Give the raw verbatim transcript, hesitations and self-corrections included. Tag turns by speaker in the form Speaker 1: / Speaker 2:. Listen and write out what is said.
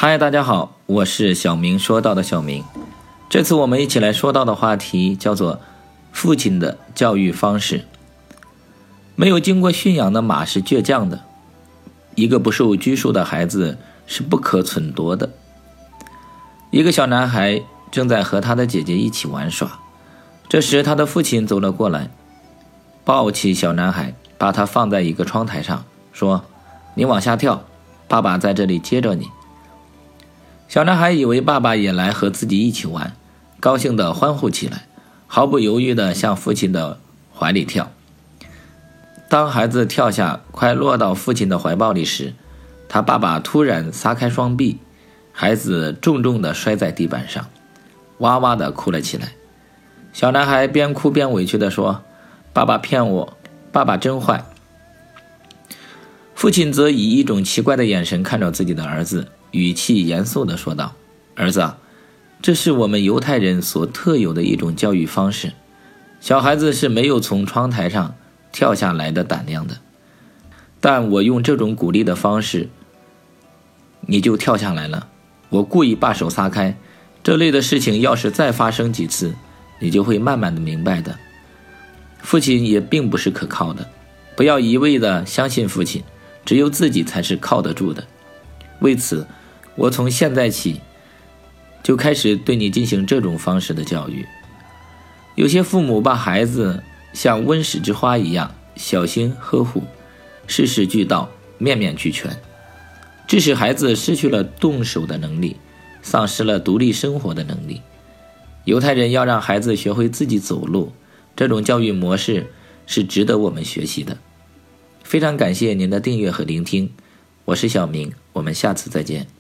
Speaker 1: 嗨，大家好，我是小明说到的小明。这次我们一起来说到的话题叫做父亲的教育方式。没有经过驯养的马是倔强的，一个不受拘束的孩子是不可忖度的。一个小男孩正在和他的姐姐一起玩耍，这时他的父亲走了过来，抱起小男孩，把他放在一个窗台上，说：你往下跳，爸爸在这里接着你。小男孩以为爸爸也来和自己一起玩，高兴地欢呼起来，毫不犹豫地向父亲的怀里跳。当孩子跳下快落到父亲的怀抱里时，他爸爸突然撒开双臂，孩子重重地摔在地板上，哇哇地哭了起来。小男孩边哭边委屈地说：爸爸骗我，爸爸真坏。父亲则以一种奇怪的眼神看着自己的儿子，语气严肃地说道：儿子啊，这是我们犹太人所特有的一种教育方式，小孩子是没有从窗台上跳下来的胆量的，但我用这种鼓励的方式，你就跳下来了。我故意把手撒开，这类的事情要是再发生几次，你就会慢慢的明白的。父亲也并不是可靠的，不要一味的相信父亲，只有自己才是靠得住的。为此，我从现在起就开始对你进行这种方式的教育。有些父母把孩子像温室之花一样小心呵护，事事俱到，面面俱全，致使孩子失去了动手的能力，丧失了独立生活的能力。犹太人要让孩子学会自己走路，这种教育模式是值得我们学习的。非常感谢您的订阅和聆听，我是小明，我们下次再见。